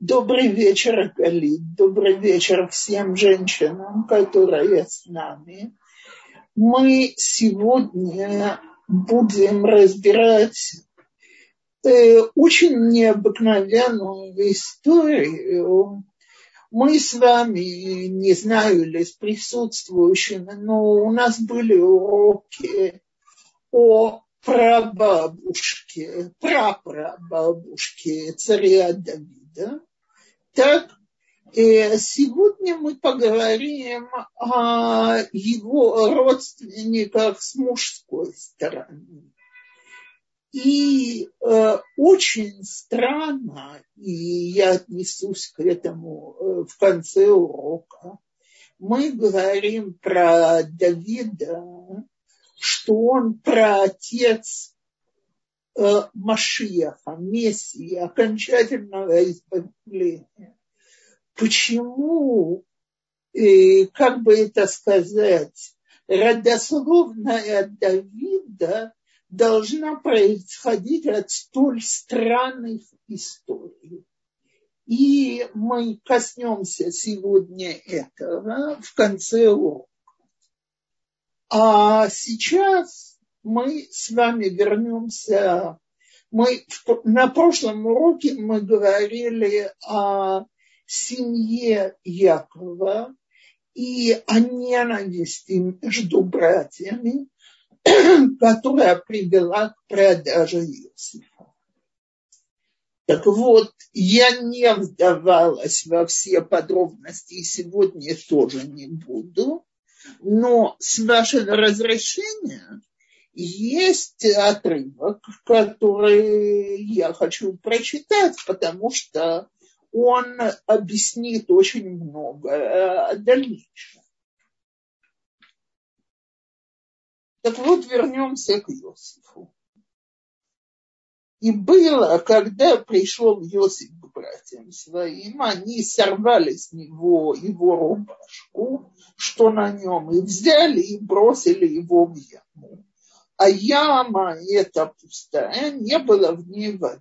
Добрый вечер, Галит. Добрый вечер всем женщинам, которые с нами. Мы сегодня будем разбирать очень необыкновенную историю. Мы с вами, не знаю ли, с присутствующими, но у нас были уроки о прапрабабушке царя Давида. Так, сегодня мы поговорим о его родственниках с мужской стороны. И очень странно, и я отнесусь к этому в конце урока, мы говорим про Давида, что он праотец Машиаха, Мессии, окончательного избавления. Почему, как бы это сказать, родословная Давида должна происходить от столь странных историй? И мы коснемся сегодня этого в конце урока. А сейчас мы с вами вернемся. На прошлом уроке мы говорили о семье Якова и о ненависти между братьями, которая привела к продаже Иосифа. Так вот, я не вдавалась во все подробности и сегодня тоже не буду, но с вашего разрешения есть отрывок, который я хочу прочитать, потому что он объяснит очень много о дальнейшем. Так вот, вернемся к Иосифу. И было, когда пришел Иосиф к братьям своим, они сорвали с него его рубашку, что на нем, и взяли и бросили его в яму. А яма эта пустая, не было в ней воды.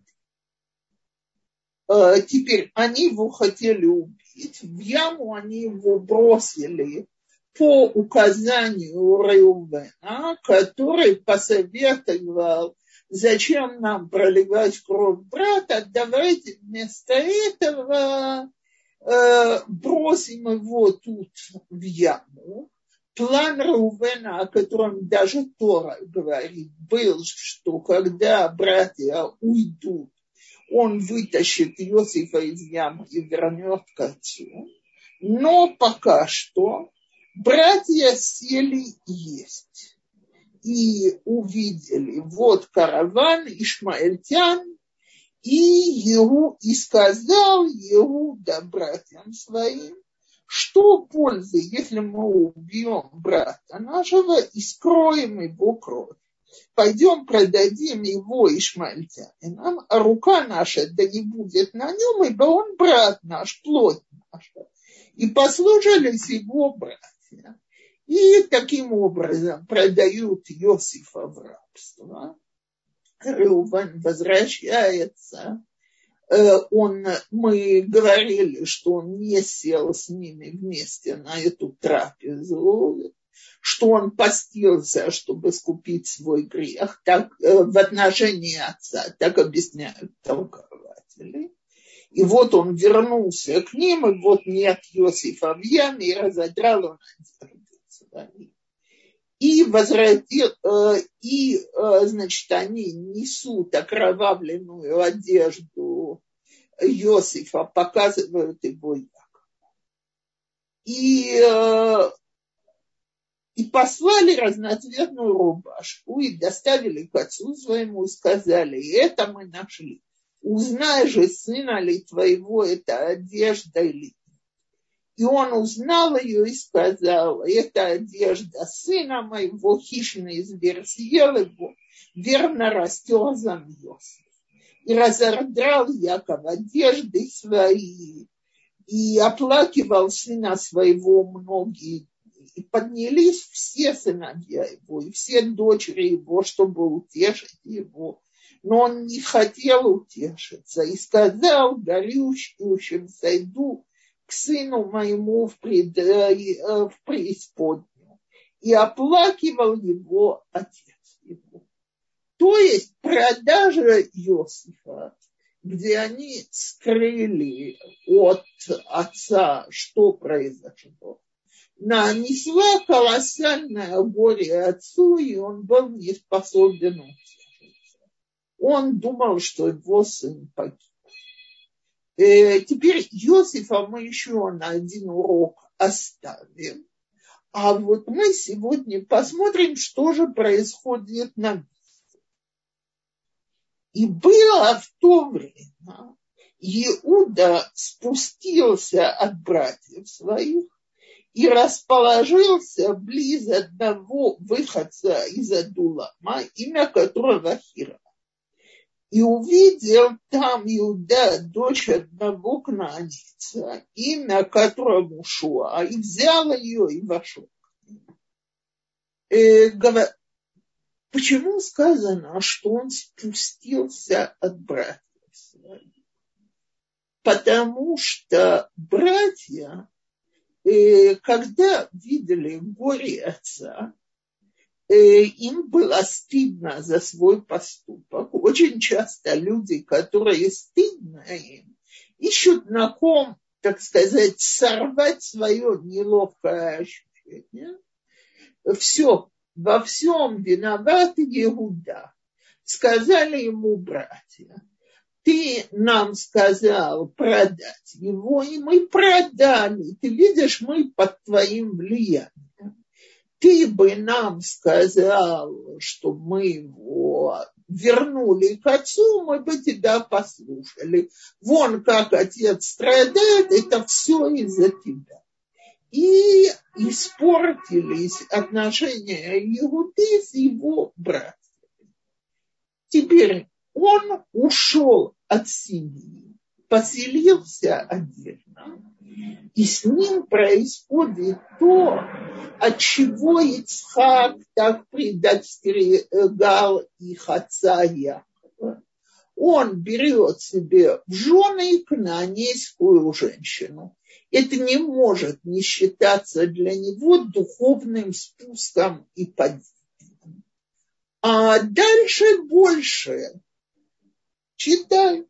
Теперь они его хотели убить, в яму они его бросили по указанию Реувена, который посоветовал: зачем нам проливать кровь брата, давайте вместо этого бросим его тут в яму. План Реувена, о котором даже Тора говорит, был, что когда братья уйдут, он вытащит Иосифа из ямы и вернет к отцу. Но пока что братья сели есть и увидели, вот караван ишмаэльтян, и сказал Иуда братьям своим: что пользы, если мы убьем брата нашего и скроем его кровь? Пойдем продадим его ишмаэльтянам, а рука наша да не будет на нем, ибо он брат наш, плоть наша. И послушались его братья. И таким образом продают Иосифа в рабство. Реувен возвращается. Мы говорили, что он не сел с ними вместе на эту трапезу, что он постился, чтобы искупить свой грех, так, в отношении отца, так объясняют толкователи. И вот он вернулся к ним, и вот нет Иосифа в яме, и разодрал он одежды свои. Значит, они несут окровавленную одежду Иосифа, показывают его Якову. И послали разноцветную рубашку, и доставили к отцу своему, и сказали: это мы нашли. Узнай же, сына ли твоего, это одежда или нет. И он узнал ее и сказал: это одежда сына моего, хищный зверь съел его, верно растерзан Иосиф. И разодрал Яков одежды свои, и оплакивал сына своего многие дни. И поднялись все сыновья его, и все дочери его, чтобы утешить его. Но он не хотел утешиться и сказал: горючим сойду к сыну моему в преисподнюю. И оплакивал его отец его. То есть продажа Иосифа, где они скрыли от отца, что произошло, нанесла колоссальное горе отцу, и он был не способен утешиться. Он думал, что его сын погиб. Теперь Иосифа мы еще на один урок оставим. А вот мы сегодня посмотрим, что же происходит на месте. И было в то время, Иуда спустился от братьев своих и расположился близ одного выходца из Адулама, имя которого Хира. И увидел там Иуда, дочь одного кнаанейца, имя которому Шуа, и взял ее и вошел. Почему сказано, что он спустился от братьев своих? Потому что братья, когда видели горе отца, им было стыдно за свой поступок. Очень часто люди, которые стыдно им, ищут на ком, так сказать, сорвать свое неловкое ощущение. Все. Во всем виноват Иуда. Сказали ему братья: ты нам сказал продать его, и мы продали. Ты видишь, мы под твоим влиянием. Ты бы нам сказал, что мы его вернули к отцу, мы бы тебя послушали. Вон как отец страдает, это все из-за тебя. И испортились отношения Иуды с его братьями. Теперь он ушел от семьи, поселился отдельно, и с ним происходит то, от чего Ицхак так предостерегал их отца Якова. Он берет себе в жены кнаанейскую женщину. Это не может не считаться для него духовным спуском и падением. А дальше больше. Читай.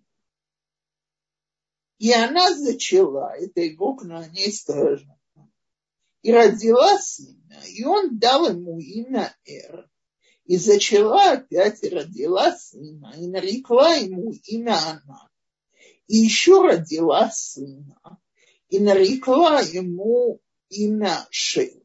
И она зачала, это его кнаанейская жена, и родила сына, и он дал ему имя Эр. И зачала опять и родила сына, и нарекла ему имя Ана. И еще родила сына, и нарекла ему имя Шем.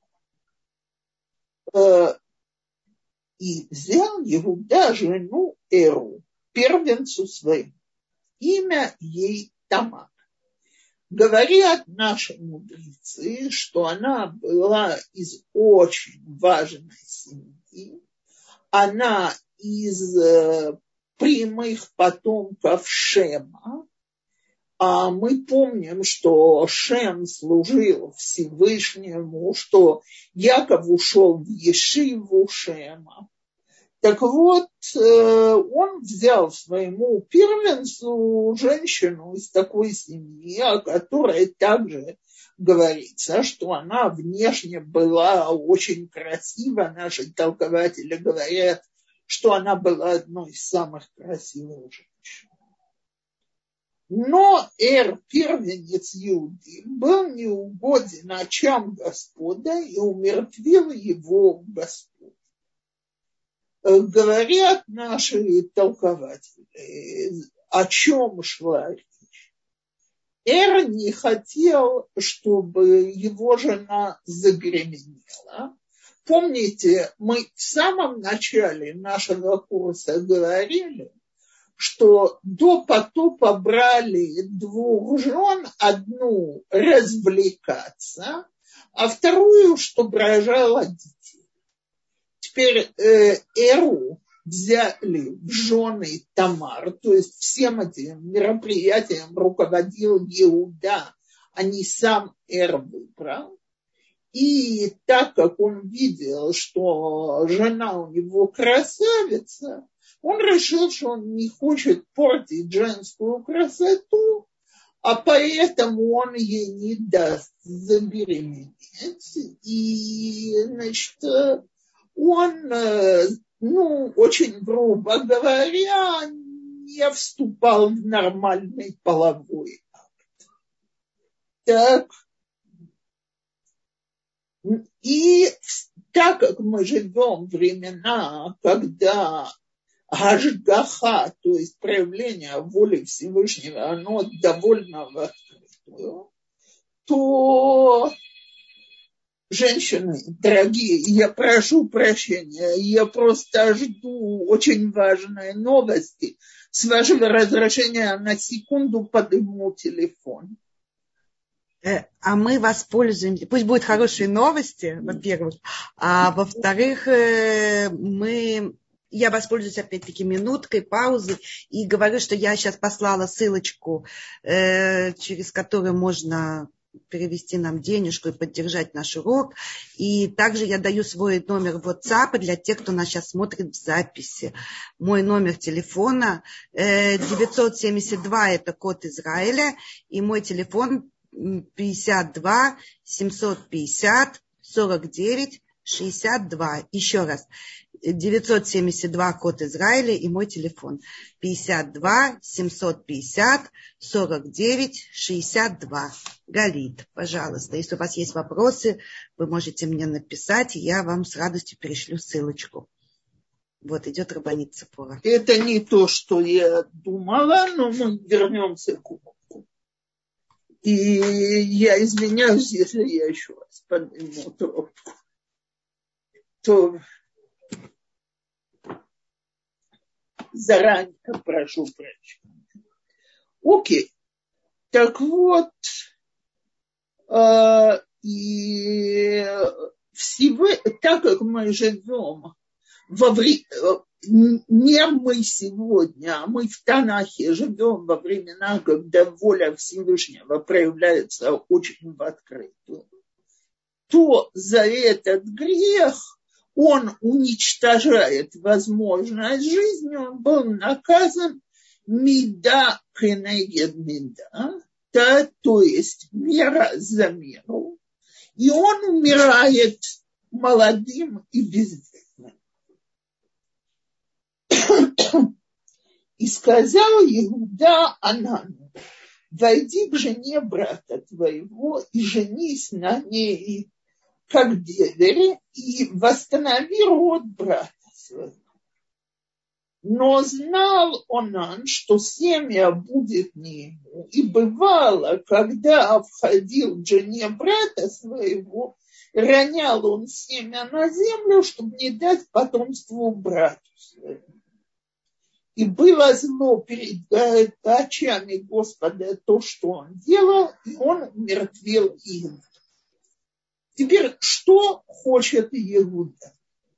И взял Иуда жену Эру, первенцу своему, имя ей Тамар. Говорят наши мудрецы, что она была из очень важной семьи. Она из прямых потомков Шема. А мы помним, что Шем служил Всевышнему, что Яков ушел в Ешиву Шема. Так вот, он взял своему первенцу женщину из такой семьи, о которой также говорится, что она внешне была очень красива. Наши толкователи говорят, что она была одной из самых красивых женщин. Но Эр, первенец Иуды, был неугоден очам Господа и умертвил его Господь. Говорят наши толкователи, о чем шла речь. Эр не хотел, чтобы его жена забеременела. Помните, мы в самом начале нашего курса говорили, что до потопа брали двух жен, одну развлекаться, а вторую, чтобы рожала детей. Теперь Эру взяли в жены Тамар, то есть всем этим мероприятием руководил Иуда, а не сам Эр выбрал. И так как он видел, что жена у него красавица, Он решил, что он не хочет портить женскую красоту, а поэтому он ей не даст забеременеть. И, значит, он, очень грубо говоря, не вступал в нормальный половой акт. Так. И так как мы живем в времена, когда Ашгаха, то есть проявление воли Всевышнего, оно довольно в открытую, то, женщины, дорогие, я прошу прощения, я просто жду очень важные новости. С вашего разрешения на секунду подниму телефон. А мы воспользуемся, пусть будут хорошие новости, во-первых, а во-вторых, я воспользуюсь опять-таки минуткой паузы и говорю, что я сейчас послала ссылочку, через которую можно перевести нам денежку и поддержать наш урок. И также я даю свой номер WhatsApp для тех, кто нас сейчас смотрит в записи. Мой номер телефона 972, это код Израиля, и мой телефон 52 750 49 62. Еще раз. 972 код Израиля и мой телефон 52 750 49 62. Галит, пожалуйста, если у вас есть вопросы, вы можете мне написать, и я вам с радостью перешлю ссылочку. Вот, идет Рабанит Ципора. Это не то, что я думала, но мы вернемся к уроку. И я извиняюсь, если я еще раз подниму трубку. То заранее прошу прощения. Окей. Так вот, и всего, так как мы живем не мы сегодня, а мы в Танахе живем во времена, когда воля Всевышнего проявляется очень в открытую, то за этот грех он уничтожает возможность жизни, он был наказан мида кенегед мида, то есть мера за меру, и он умирает молодым и бездетным. И сказал Иуда Анану: войди к жене брата твоего и женись на ней, как девере, и восстанови род брата своего. Но знал Онан, что семя будет не ему. И бывало, когда входил к жене брата своего, ронял он семя на землю, чтобы не дать потомству брату своему. И было зло перед очами Господа то, что он делал, и он умертвил Иуду. Теперь, что хочет Иуда?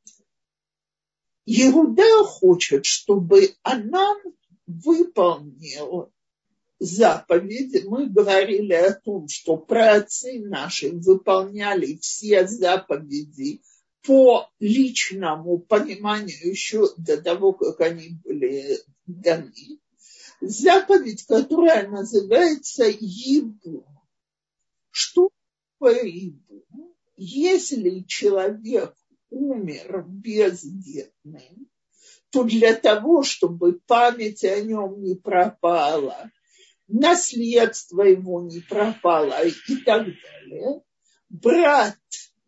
Иуда хочет, чтобы Анан выполнил заповеди. Мы говорили о том, что праотцы наши выполняли все заповеди по личному пониманию еще до того, как они были даны. Заповедь, которая называется Ибум. Что такое Ибум? Если человек умер бездетным, то для того, чтобы память о нем не пропала, наследство его не пропало и так далее, брат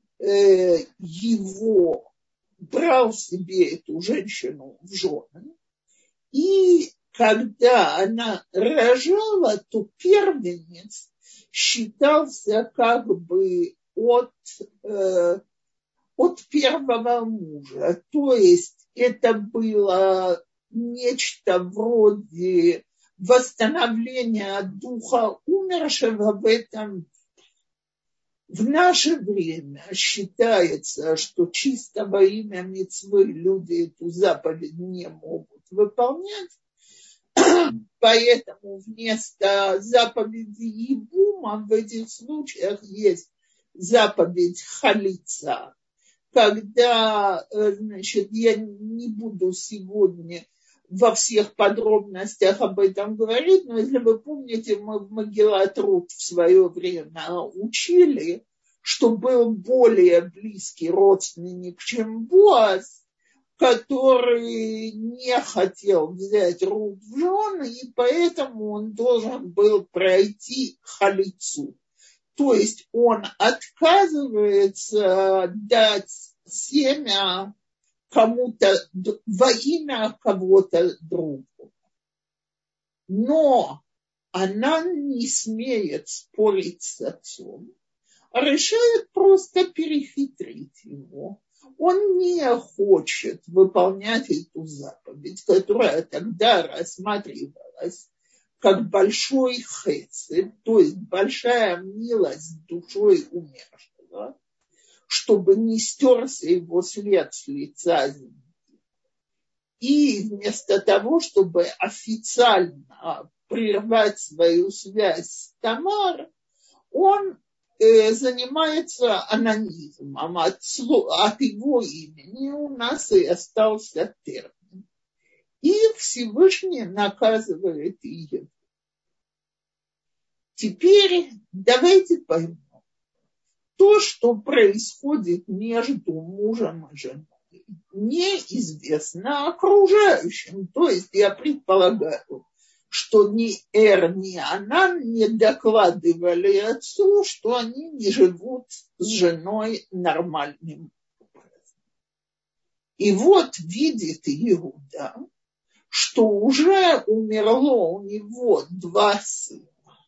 его брал себе эту женщину в жены, и когда она рожала, то первенец считался как бы от первого мужа. То есть это было нечто вроде восстановления духа умершего в этом. В наше время считается, что чисто во имя мицвы люди эту заповедь не могут выполнять. Поэтому вместо заповеди Ибума в этих случаях есть заповедь халица. Когда, значит, я не буду сегодня во всех подробностях об этом говорит, но если вы помните, мы в Мегилат Рут в свое время учили, что был более близкий родственник, чем Боаз, который не хотел взять Рут в жены, и поэтому он должен был пройти халицу. То есть он отказывается дать семя кому-то во имя кого-то другого. Но она не смеет спорить с отцом, а решает просто перехитрить его. Он не хочет выполнять эту заповедь, которая тогда рассматривалась как большой хесед, то есть большая милость душой умершего, чтобы не стерся его след с лица земли. И вместо того, чтобы официально прервать свою связь с Тамар, он занимается анонизмом. От его имени у нас и остался термин. И Всевышний наказывает ее. Теперь давайте поймем. То, что происходит между мужем и женой, неизвестно окружающим. То есть я предполагаю, что ни ни она не докладывали отцу, что они не живут с женой нормальным образом. И вот видит Иуда, что уже умерло у него 2 сына.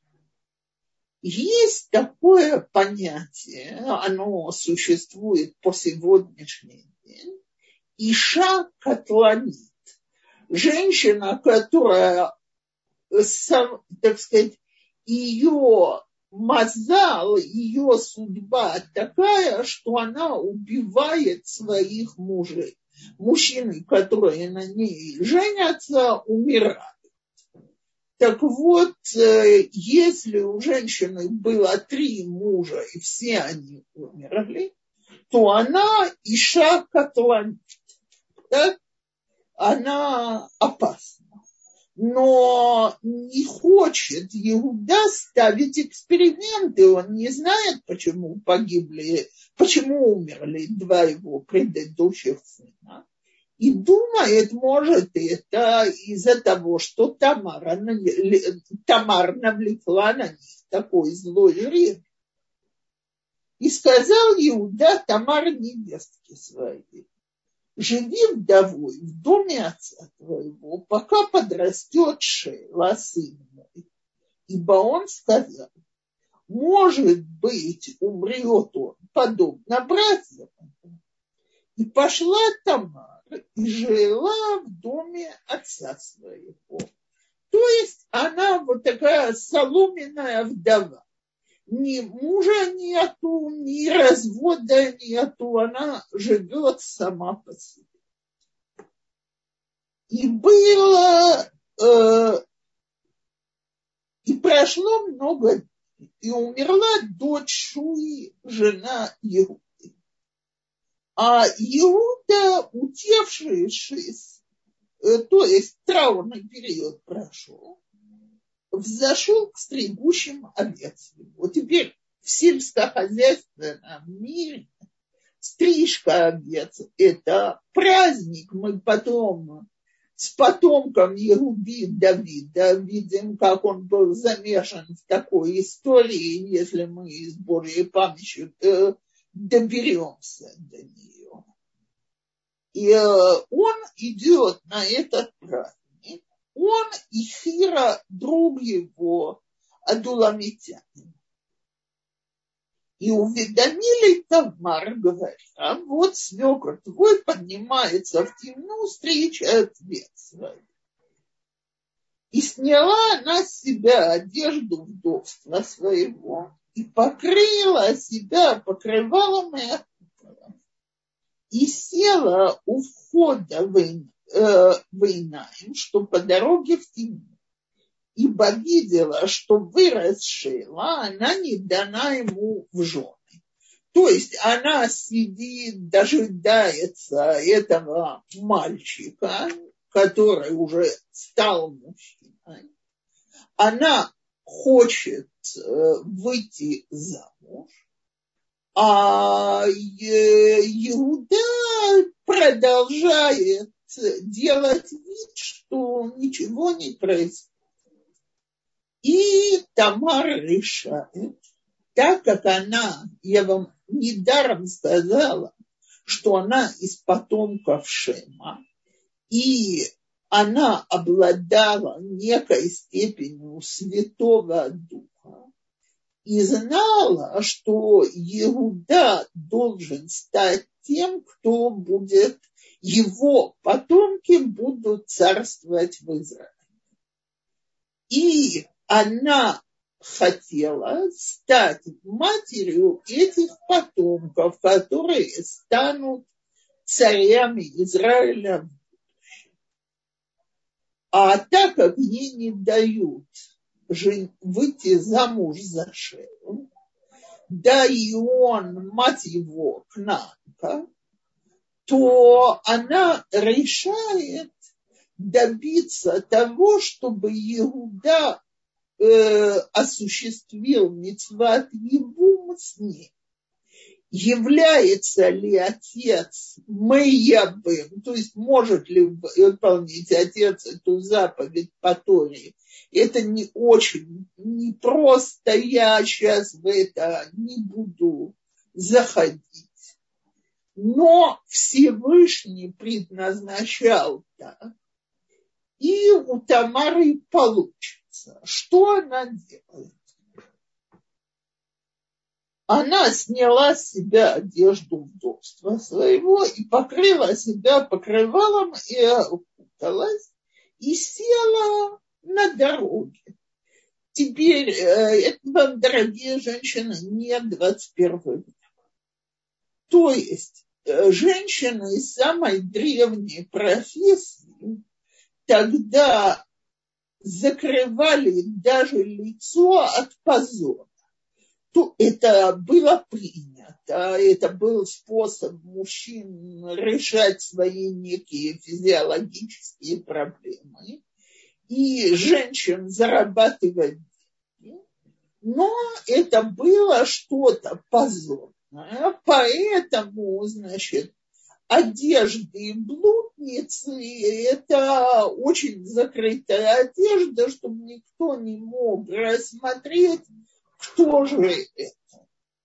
Есть такое понятие, оно существует по сегодняшний день, иша катланит. Женщина, которая, так сказать, ее мазал, ее судьба такая, что она убивает своих мужей. Мужчины, которые на ней женятся, умирают. Так вот, если у женщины было 3 мужа, и все они умерли, то она иша катланит. Да? Она опасна. Но не хочет Иуда ставить эксперименты. Он не знает, почему умерли 2 его предыдущих сына. И думает, может, это из-за того, что Тамар навлекла на них такой злой грех. И сказал Иуда Тамар невестке своей: живи вдовой в доме отца твоего, пока подрастет Шейла, сын мой. Ибо он сказал: может быть, умрет он, подобно братьям. И пошла Тамар и жила в доме отца своего. То есть она вот такая соломенная вдова. Ни мужа нету, ни развода нету, она живет сама по себе. И прошло много дней, и умерла дочь Шуи, жена Иуды. А Иуда, утешившись, то есть траурный период прошел, взошел к стригущим овец. Вот теперь в сельскохозяйственном мире стрижка овец – это праздник. Мы потом с потомком Иуды Давида видим, как он был замешан в такой истории, если мы с Божьей памятью доберемся до нее. И он идет на этот праздник. Он и Хира, друг его, адуламитянин. И уведомили Тамар, говоря: вот свекр твой поднимается в темну, встречает овец своих. И сняла она с себя одежду вдовства своего и покрыла себя покрывалом и окутала. И села у входа в Инаим, что по дороге в темноту. Ибо видела, что вырос Шейла, она не дана ему в жены. То есть она сидит, дожидается этого мальчика, который уже стал мужчиной, она хочет выйти замуж, а Иуда продолжает делать вид, что ничего не происходит. И Тамар решает, так как она, я вам недаром сказала, что она из потомков Шема, и она обладала некой степенью Святого Духа, и знала, что Иуда должен стать тем, кто будет, его потомки будут царствовать в Израиле. И она хотела стать матерью этих потомков, которые станут царями Израиля. А так как ей не дают выйти замуж за Шему, да и он, мать его, кнаанка, то она решает добиться того, чтобы Иуда осуществил мицват Ебум с ней. Является ли отец Мейябым, то есть может ли выполнить отец эту заповедь по Торе? Это не очень непросто, я сейчас в это не буду заходить. Но Всевышний предназначал так, и у Тамары получится. Что она делает? Она сняла с себя одежду вдовства своего и покрыла себя покрывалом и окуталась, и села на дороге. Теперь, это вам, дорогие женщины, не 21 век. То есть, женщины из самой древней профессии тогда закрывали даже лицо от позора. То это было принято, это был способ мужчин решать свои некие физиологические проблемы и женщин зарабатывать деньги, но это было что-то позорное, поэтому, значит, одежды блудницы – это очень закрытая одежда, чтобы никто не мог рассмотреть, кто же это?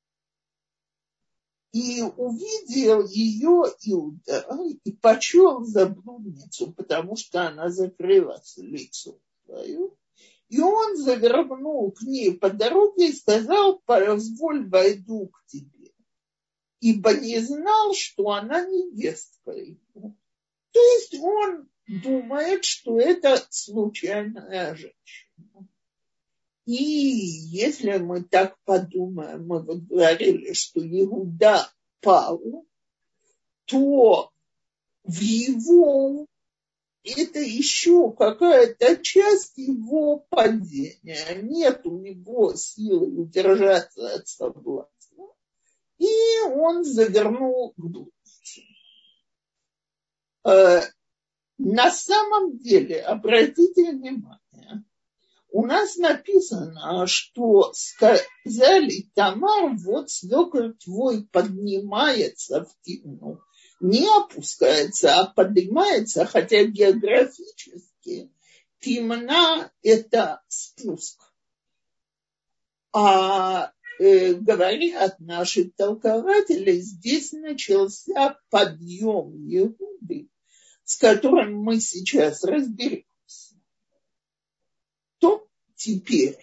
И увидел ее Иуда и почел за блудницу, потому что она закрыла лицо свое. И он завернул к ней по дороге и сказал: позволь, войду к тебе. Ибо не знал, что она невестка его. То есть он думает, что это случайная женщина. И если мы так подумаем, мы вот говорили, что Иуда пал, то в его это еще какая-то часть его падения. Нет у него силы удержаться от соблазна. И он завернул к блуднице. На самом деле, обратите внимание, у нас написано, что сказали Тамар, вот свекр твой поднимается в темну. Не опускается, а поднимается, хотя географически темна – это спуск. А говорят наши толкователи, здесь начался подъем Иуды, с которым мы сейчас разберемся. То теперь,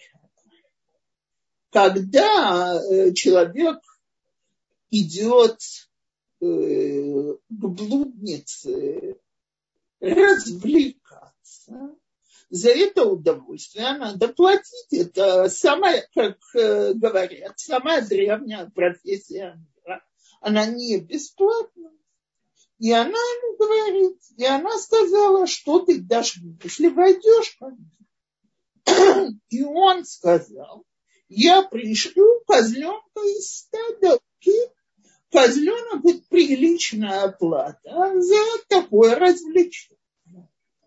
когда человек идет к блуднице развлекаться, за это удовольствие надо платить. Это самая, как говорят, самая древняя профессия мира. Она не бесплатна. И она ему говорит, и она сказала, что ты дашь, если войдешь ко мне. И он сказал: я пришлю козленка из стада. Козленок – это приличная оплата за такое развлечение.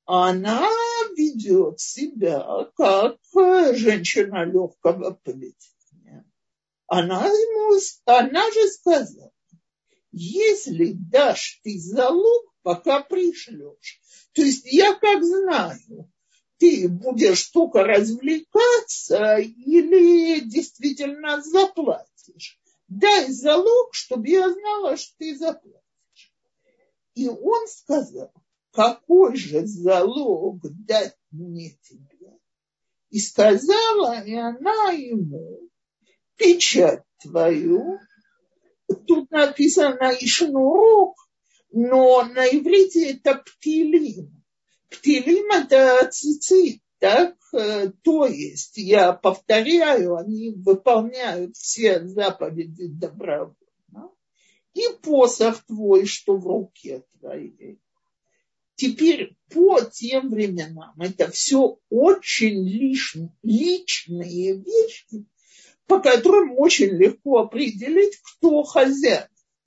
она ведет себя как женщина легкого поведения. Она же сказала, если дашь ты залог, пока пришлешь. То есть я как знаю, ты будешь только развлекаться или действительно заплатишь. Дай залог, чтобы я знала, что ты заплатишь. И он сказал, какой же залог дать мне тебе? И сказала и она ему, печать твою. Тут написано ишнурок, но на иврите это птилим. Птилим это цицит, так? То есть, я повторяю, они выполняют все заповеди добровольно. И посох твой, что в руке твоей. Теперь по тем временам это все очень личные вещи, по которым очень легко определить, кто хозяин.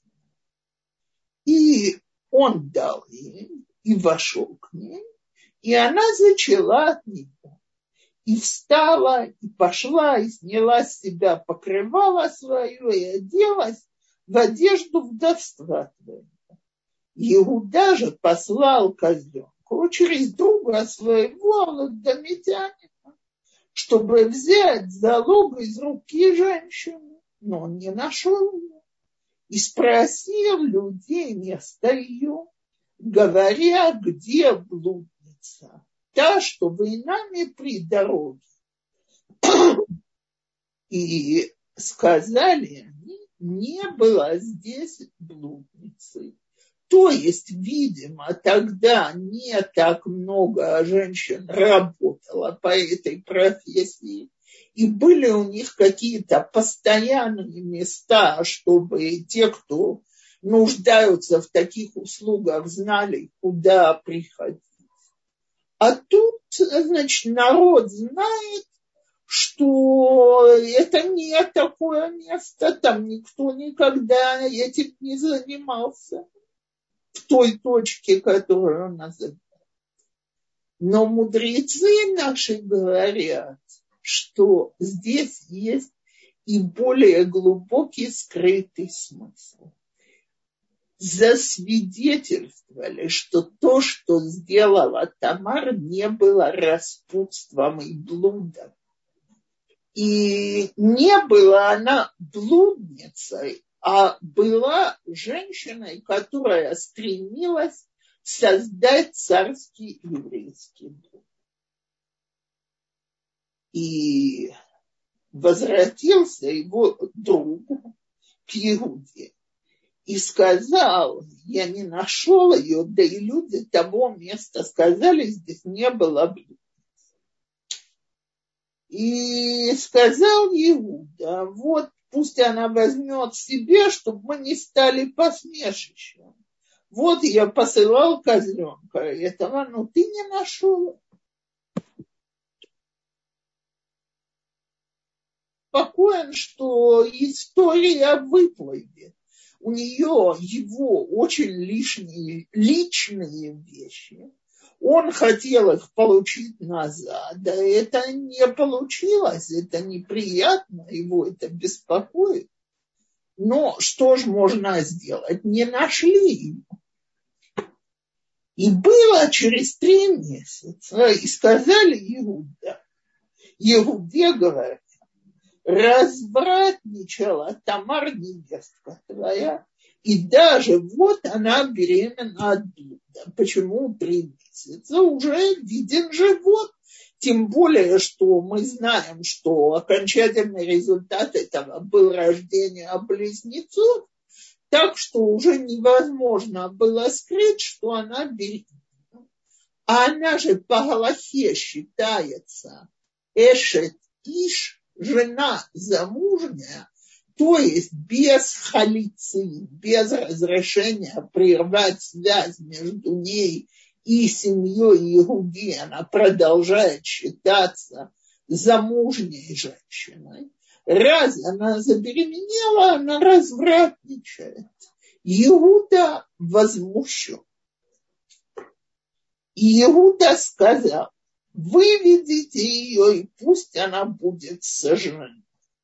И он дал ей, и вошел к ней, и она зачала от него. И встала, и пошла, и сняла с себя покрывало свое, и оделась в одежду вдовства твоего. Иуда же послал козленку через друга своего ладомитянина, чтобы взять залог из руки женщины, но он не нашел ее. И спросил людей место ее, говоря, где блудница, та, что вы нами при дороге. И сказали они, не было здесь блудницы. То есть, видимо, тогда не так много женщин работало по этой профессии, и были у них какие-то постоянные места, чтобы те, кто нуждаются в таких услугах, знали, куда приходить. А тут, значит, народ знает, что это не такое место, там никто никогда этим не занимался в той точке, которую он называет. Но мудрецы наши говорят, что здесь есть и более глубокий скрытый смысл. Засвидетельствовали, что то, что сделала Тамар, не было распутством и блудом. И не была она блудницей, а была женщиной, которая стремилась создать царский еврейский дом. И возвратился его друг к Иуде и сказал, я не нашел ее, да и люди того места сказали, здесь не было блудницы. И сказал Иуда, вот пусть она возьмет себе, чтобы мы не стали посмешищем. Вот я посылал козленка этого, но ты не нашел. Спокоен, что история выплывет. У нее его очень личные вещи. Он хотел их получить назад, а это не получилось, это неприятно, его это беспокоит. Но что же можно сделать? Не нашли его. И было через 3 месяца, и сказали Иуде говорят, развратничала Тамар, невестка твоя, и даже вот она беременна от блуда. Почему 3 месяца? Уже виден живот. Тем более, что мы знаем, что окончательный результат этого был рождение близнецов, так что уже невозможно было скрыть, что она беременна. А она же по галахе считается эшет иш, жена замужняя, то есть без халицы, без разрешения прервать связь между ней и семьей Иуди, она продолжает считаться замужней женщиной. Раз она забеременела, она развратничает. Иуда возмущен. И Иуда сказал: выведите ее, и пусть она будет сожжена.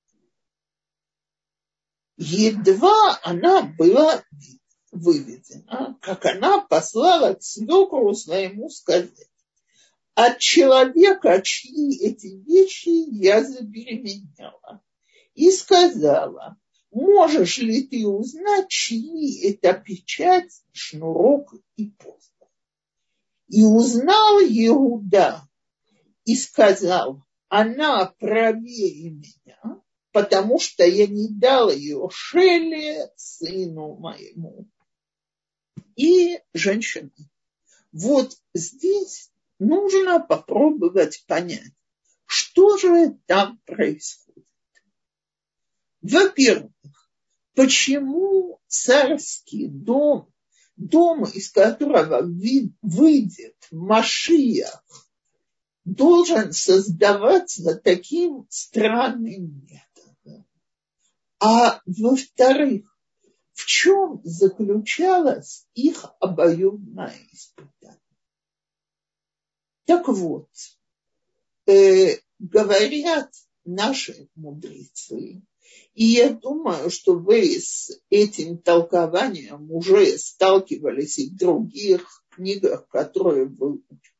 Едва она была выведена, как она послала к свекру своему сказать: от человека, чьи эти вещи я забеременела. И сказала: можешь ли ты узнать, чьи это печать, шнурок и посох? И узнал Иуда и сказал: она правее меня, потому что я не дал ее Шеле, сыну моему. И женщины. Вот здесь нужно попробовать понять, что же там происходит. Во-первых, почему царский дом, из которого выйдет Машиах, должен создаваться таким странным методом? А во-вторых, в чем заключалось их обоюдное испытание? Так вот, говорят наши мудрецы, и я думаю, что вы с этим толкованием уже сталкивались и в других книгах, которые вы учите,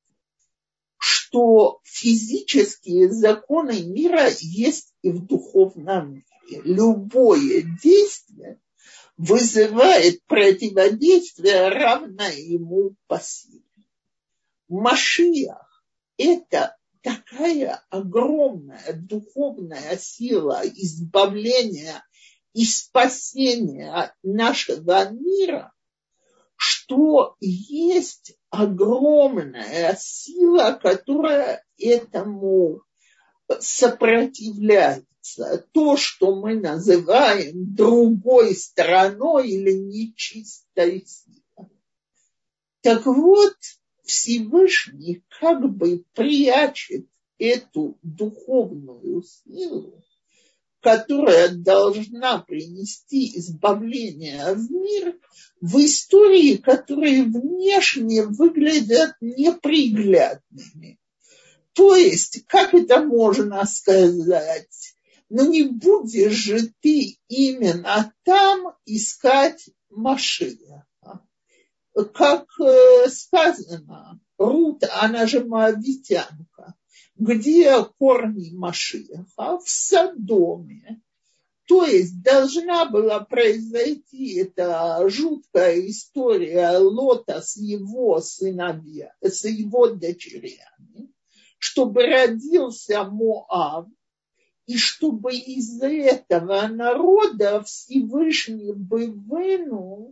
что физические законы мира есть и в духовном мире. Любое действие вызывает противодействие, равное ему по силе. Машиах – это такая огромная духовная сила избавления и спасения нашего мира, что есть огромная сила, которая этому сопротивляется. То, что мы называем другой стороной или нечистой силой. Так вот, Всевышний как бы прячет эту духовную силу, которая должна принести избавление в мир, в истории, которые внешне выглядят неприглядными. То есть, как это можно сказать? Ну, не будешь же ты именно там искать Машиаха. Как сказано, Рут, она же моавитянка, где корни Машиаха? В Содоме. То есть должна была произойти эта жуткая история Лота с его сыновьями, с его дочерями, чтобы родился Моав, и чтобы из этого народа Всевышний бы вынул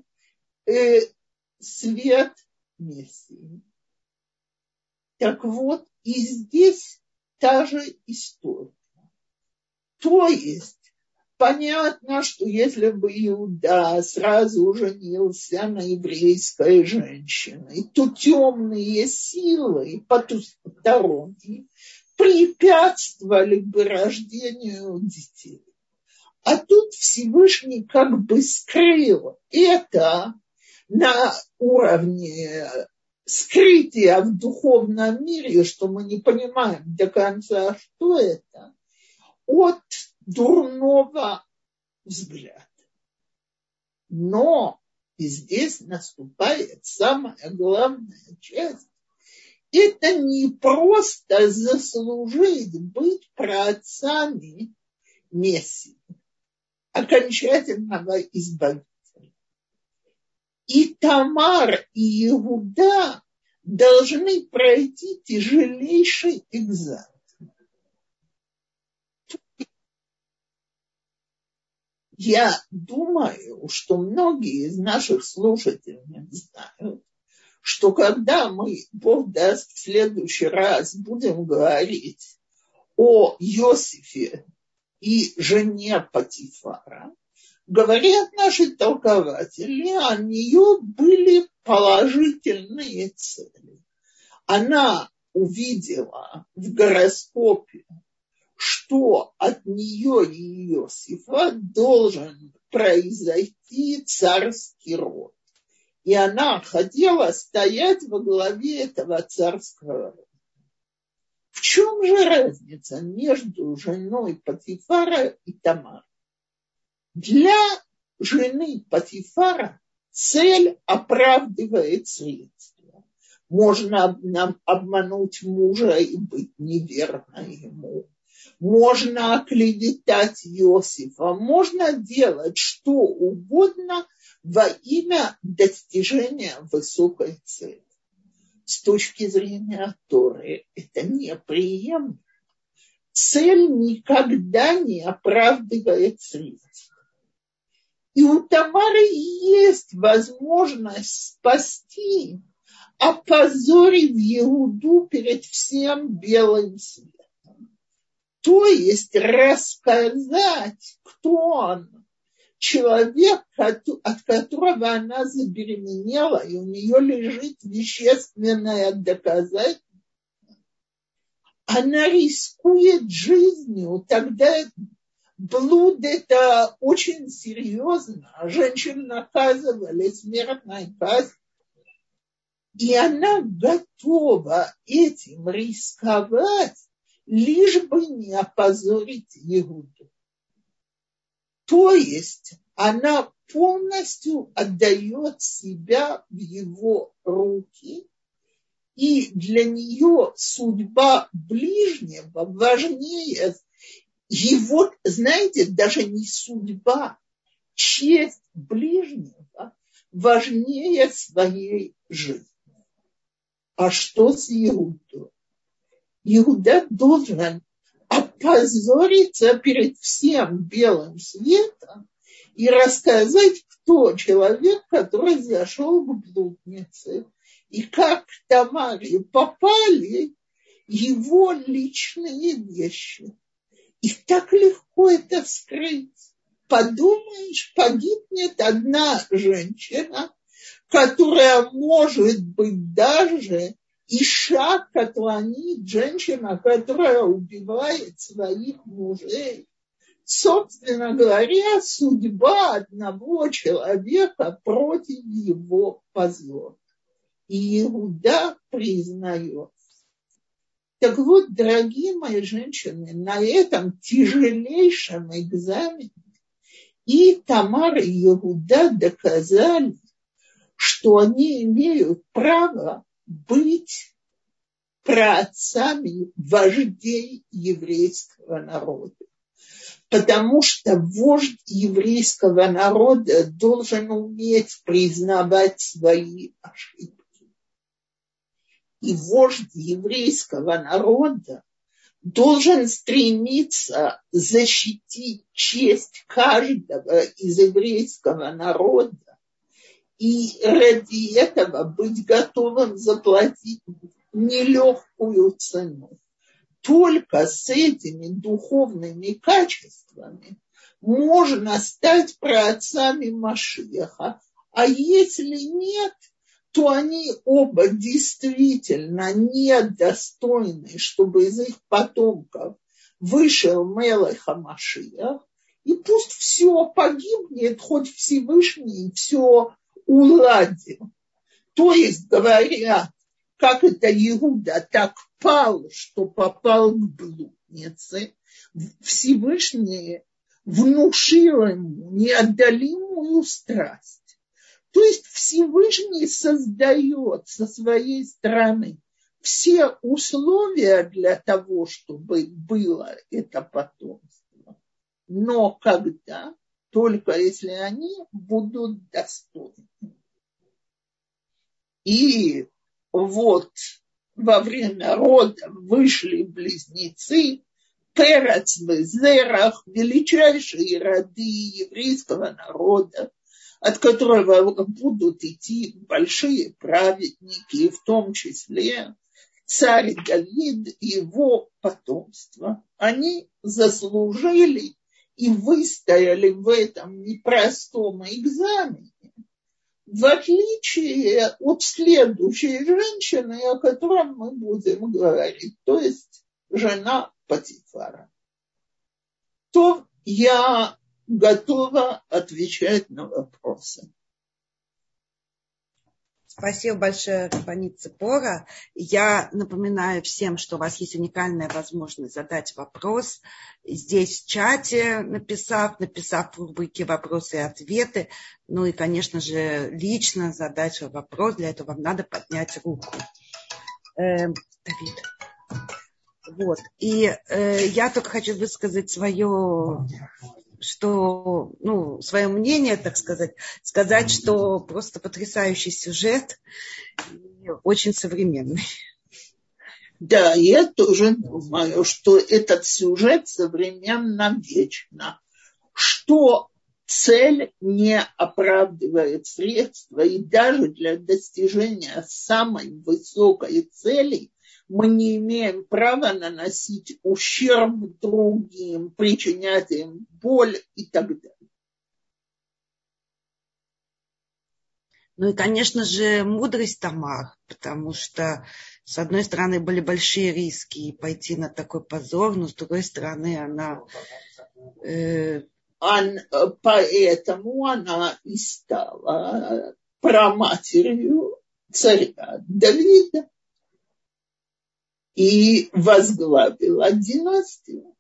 свет Мессии. Так вот, и здесь та же история. То есть, понятно, что если бы Иуда сразу женился на еврейской женщине, то темные силы потусторонние препятствовали бы рождению детей. А тут Всевышний как бы скрыл это на уровне скрытия в духовном мире, что мы не понимаем до конца, что это, от дурного взгляда. Но и здесь наступает самая главная часть. Это не просто заслужить быть праотцами Мессии, окончательного избавителя. И Тамар, и Иуда должны пройти тяжелейший экзамен. Я думаю, что многие из наших слушателей знают, что когда мы, Бог даст, в следующий раз будем говорить о Иосифе и жене Потифара, говорят наши толкователи, у нее были положительные цели. Она увидела в гороскопе, что от нее и Иосифа должен произойти царский род. И она хотела стоять во главе этого царского рода. В чем же разница между женой Патифара и Тамарой? Для жены Патифара цель оправдывает средства. Можно обмануть мужа и быть неверной ему. Можно оклеветать Иосифа. Можно делать что угодно во имя достижения высокой цели. С точки зрения Торы это неприемлемо. Цель никогда не оправдывает средства. И у Тамары есть возможность спасти, опозорив Иуду перед всем белым светом. То есть рассказать, кто он. Человек, от которого она забеременела, и у нее лежит вещественное доказательство, она рискует жизнью, тогда блуд это очень серьезно. Женщин наказывали смертной казнью. И она готова этим рисковать, лишь бы не опозорить Иуду. То есть она полностью отдает себя в его руки, и для нее судьба ближнего важнее его, знаете, даже не судьба, честь ближнего важнее своей жизни. А что с Иудой? Иуда должен опозориться перед всем белым светом и рассказать, кто человек, который зашел к блуднице, и как к Тамаре попали его личные вещи. И так легко это скрыть. Подумаешь, погибнет одна женщина, которая может быть даже Иша Катланит, женщина, которая убивает своих мужей. Собственно говоря, судьба одного человека против его позора. И Иуда признает. Так вот, дорогие мои женщины, на этом тяжелейшем экзамене и Тамара, и Иуда доказали, что они имеют право быть праотцами вождей еврейского народа. Потому что вождь еврейского народа должен уметь признавать свои ошибки. И вождь еврейского народа должен стремиться защитить честь каждого из еврейского народа и ради этого быть готовым заплатить нелегкую цену. Только с этими духовными качествами можно стать праотцами Машиаха. А если нет, то они оба действительно недостойны, чтобы из их потомков вышел Мелех ха-Машиах. И пусть все погибнет, хоть Всевышний все уладил. То есть, говорят, как это Иуда так пал, что попал к блуднице, Всевышний внушил ему неотдалимую страсть. То есть Всевышний создает со своей стороны все условия для того, чтобы было это потомство. Но когда? Только если они будут достойны. И вот во время родов вышли близнецы, Перец в Зерах, величайшие роды еврейского народа, от которого будут идти большие праведники, в том числе царь Давид и его потомство. Они заслужили и выстояли в этом непростом экзамене, в отличие от следующей женщины, о которой мы будем говорить, то есть жена Патифара. То я готова отвечать на вопросы. Спасибо большое, Рабанит Ципора. Я напоминаю всем, что у вас есть уникальная возможность задать вопрос. Здесь в чате написав в рубрике «Вопросы и ответы». Ну и, конечно же, лично задать свой вопрос. Для этого вам надо поднять руку. Давид. Вот. И я только хочу высказать свое мнение, так сказать, что просто потрясающий сюжет и очень современный. Да, я тоже думаю, что этот сюжет современен вечно, что цель не оправдывает средства, и даже для достижения самой высокой цели мы не имеем права наносить ущерб другим, причинять им боль и так далее. Ну и, конечно же, мудрость Тамар, потому что, с одной стороны, были большие риски пойти на такой позор, но с другой стороны, она... Поэтому она и стала праматерью царя Давида и возглавила династию.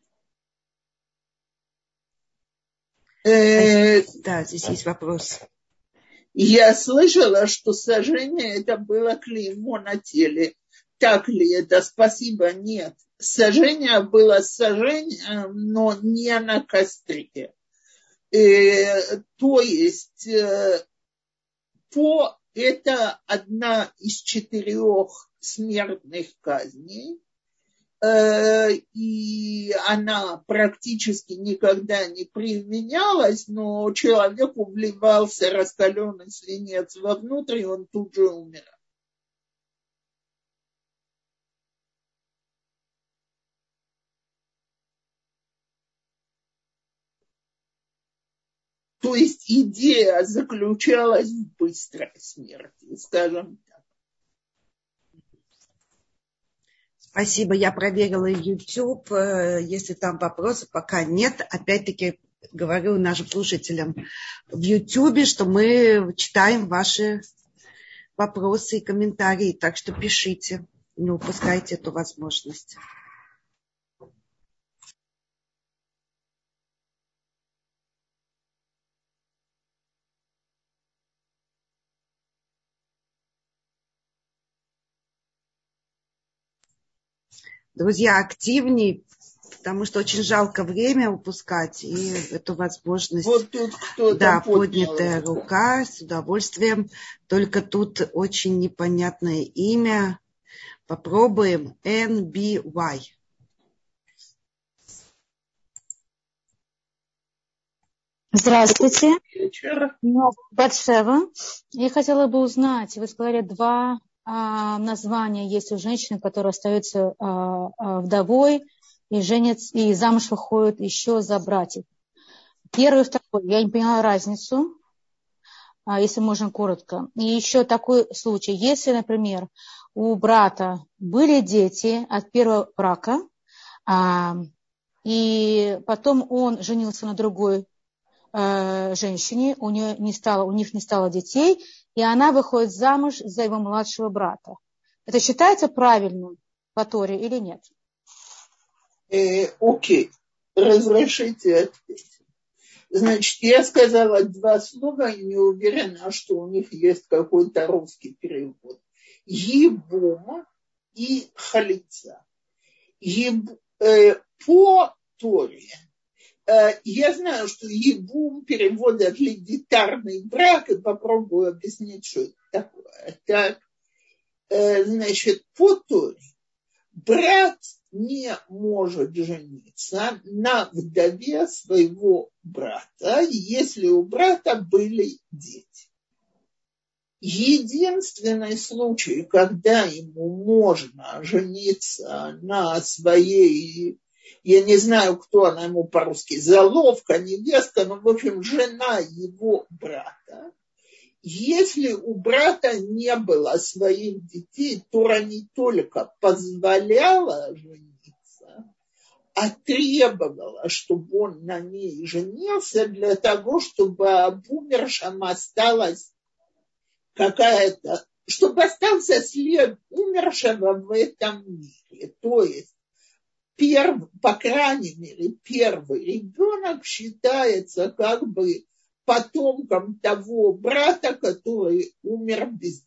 Да, здесь есть вопрос. Я слышала, что сожжение это было клеймо на теле. Так ли это? Спасибо, нет. Сожжение было сожжением, но не на костре. То есть это одна из 4 смертных казней. И она практически никогда не применялась, но человеку вливался раскаленный свинец вовнутрь, и он тут же умирал. То есть идея заключалась в быстрой смерти, скажем так. Спасибо, я проверила YouTube. Если там вопросы, пока нет. Опять-таки говорю нашим слушателям в YouTube, что мы читаем ваши вопросы и комментарии. Так что пишите, не упускайте эту возможность. Друзья, активнее, потому что очень жалко время упускать и эту возможность. Вот тут кто-то да, поднятая рука, с удовольствием. Только тут очень непонятное имя. Попробуем. NBY. Здравствуйте. Батшева. Я хотела бы узнать, вы сказали, 2 названия есть у женщины, которая остается вдовой и женится, и замуж выходит еще за братьев. Первый и второй. Я не поняла разницу, если можно коротко. И еще такой случай. Если, например, у брата были дети от первого брака, и потом он женился на другой женщине, у них не стало детей, и она выходит замуж за его младшего брата. Это считается правильным по Торе или нет? Окей. Разрешите ответить. Значит, я сказала 2 слова и не уверена, что у них есть какой-то русский перевод. Ебум и халица. По Торе. Я знаю, что ебум переводят легитарный брак, и попробую объяснить, что это такое. Так, значит, по Торе брат не может жениться на вдове своего брата, если у брата были дети. Единственный случай, когда ему можно жениться на своей, я не знаю, кто она ему по-русски, заловка, невестка, но, в общем, жена его брата. Если у брата не было своих детей, Тора не только позволяла жениться, а требовала, чтобы он на ней женился для того, чтобы об умершем осталось какая-то, чтобы остался след умершего в этом мире. То есть, по крайней мере, первый ребенок считается как бы потомком того брата, который умер бездетным.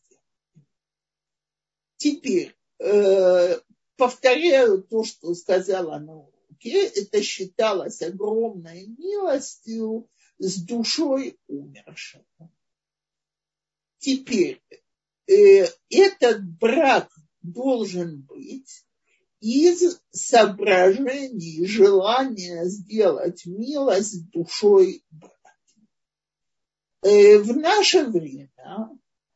Теперь, повторяю то, что сказала на уроке, это считалось огромной милостью с душой умершего. Теперь, этот брак должен быть из соображений, желания сделать милость с душой брата. В наше время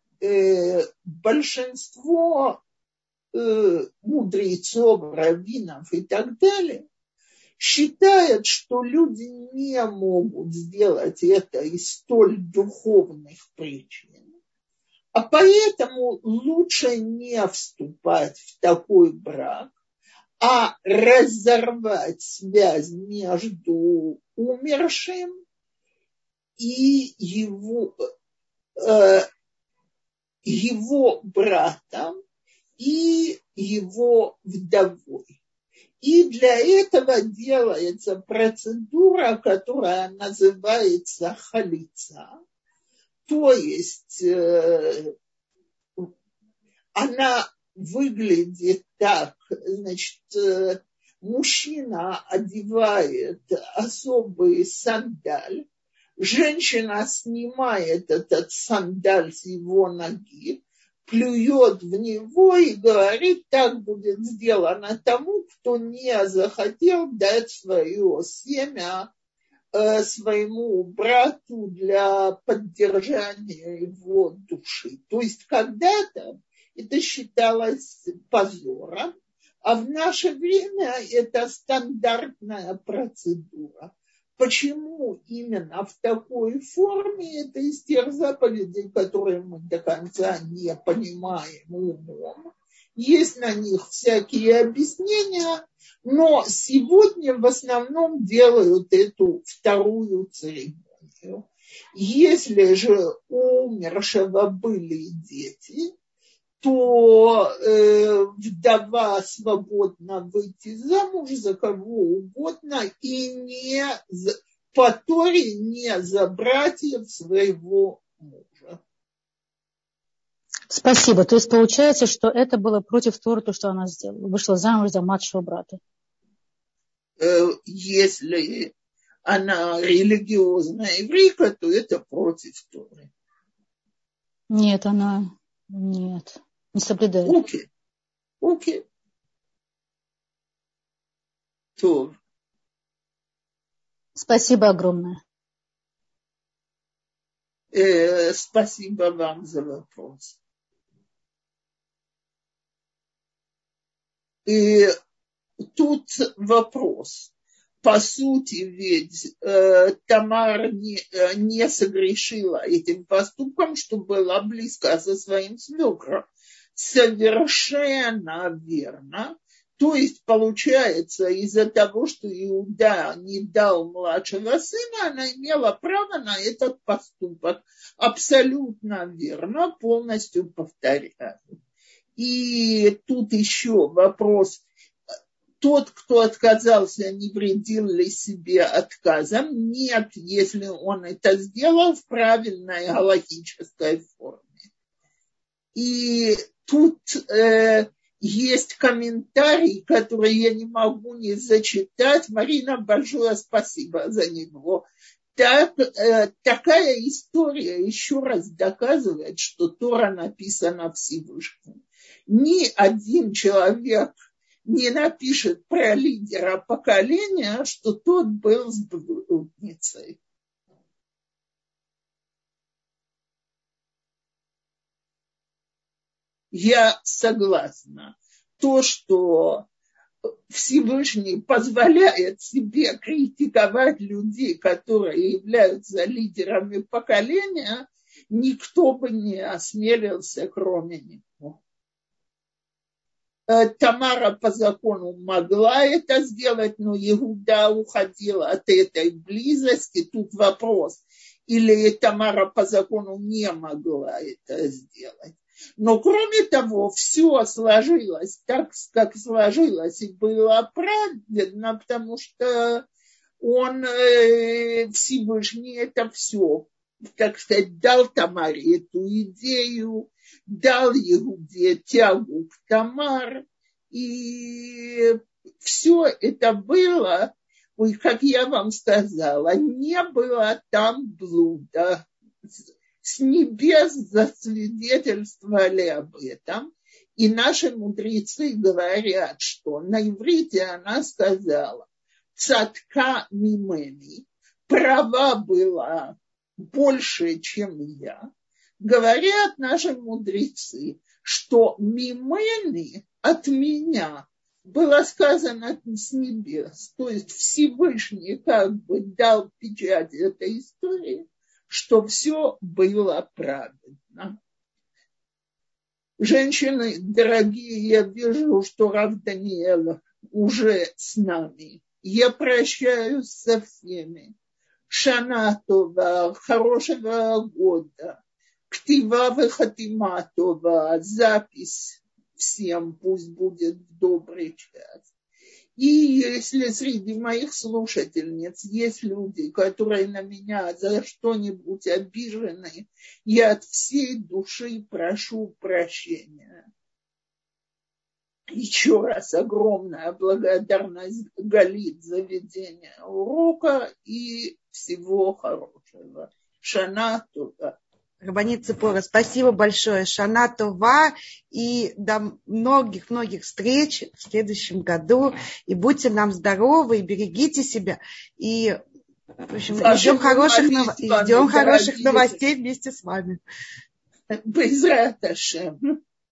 большинство мудрецов, раввинов и так далее считают, что люди не могут сделать это из столь духовных причин, а поэтому лучше не вступать в такой брак, а разорвать связь между умершим и его братом и его вдовой. И для этого делается процедура, которая называется халица. То есть она выглядит так, значит, мужчина одевает особый сандаль, женщина снимает этот сандаль с его ноги, плюет в него и говорит, так будет сделано тому, кто не захотел дать свое семя своему брату для поддержания его души. То есть когда-то это считалось позором, а в наше время это стандартная процедура. Почему именно в такой форме, это из тех заповедей, которые мы до конца не понимаем умом. Есть на них всякие объяснения, но сегодня в основном делают эту вторую церемонию. Если же у умершего были дети, то вдова свободна выйти замуж за кого угодно и не по Торе не за братьев своего мужа. Спасибо. То есть получается, что это было против Торы, то, что она сделала. Вышла замуж за младшего брата. Если она религиозная еврейка, то это против Торы. Нет, она нет. Не соблюдает. Окей. То. Спасибо огромное. Спасибо вам за вопрос. И тут вопрос. По сути, ведь Тамар не согрешила этим поступком, что была близка со своим свекром. Совершенно верно. То есть, получается, из-за того, что Иуда не дал младшего сына, она имела право на этот поступок. Абсолютно верно, полностью повторяю. И тут еще вопрос. Тот, кто отказался, не вредил ли себе отказом? Нет, если он это сделал в правильной галахической форме. И тут есть комментарий, который я не могу не зачитать. Марина, большое спасибо за него. Такая история еще раз доказывает, что Тора написана Всевышним. Ни один человек не напишет про лидера поколения, что тот был с блудницей. Я согласна. То, что Всевышний позволяет себе критиковать людей, которые являются лидерами поколения, никто бы не осмелился, кроме него. Тамара по закону могла это сделать, но Иуда уходил от этой близости. Тут вопрос. или Тамара по закону не могла это сделать. Но кроме того, все сложилось так, как сложилось, и было праведно, потому что он, Всевышний, это все, так сказать, дал Тамаре эту идею, дал Иуде тягу к Тамар, и все это было, как я вам сказала, не было там блуда. С небес засвидетельствовали об этом, и наши мудрецы говорят, что на иврите она сказала «цатка мимени», права была больше, чем я. Говорят наши мудрецы, что мимени от меня было сказано с небес, то есть Всевышний как бы дал печать этой истории, что все было правильно. Женщины, дорогие, я вижу, что Рав Даниэль уже с нами. Я прощаюсь со всеми. Шана това, хорошего года. Ктива вехатима това, запись всем пусть будет в добрый час. И если среди моих слушательниц есть люди, которые на меня за что-нибудь обижены, я от всей души прошу прощения. Еще раз огромная благодарность Галит за ведение урока и всего хорошего. Шана Това. Рабанит Ципора, спасибо большое. Шана Това. И до многих-многих встреч в следующем году. И будьте нам здоровы, и берегите себя. И, в общем, ждем хороших новостей вместе с вами. Безрат Ашем.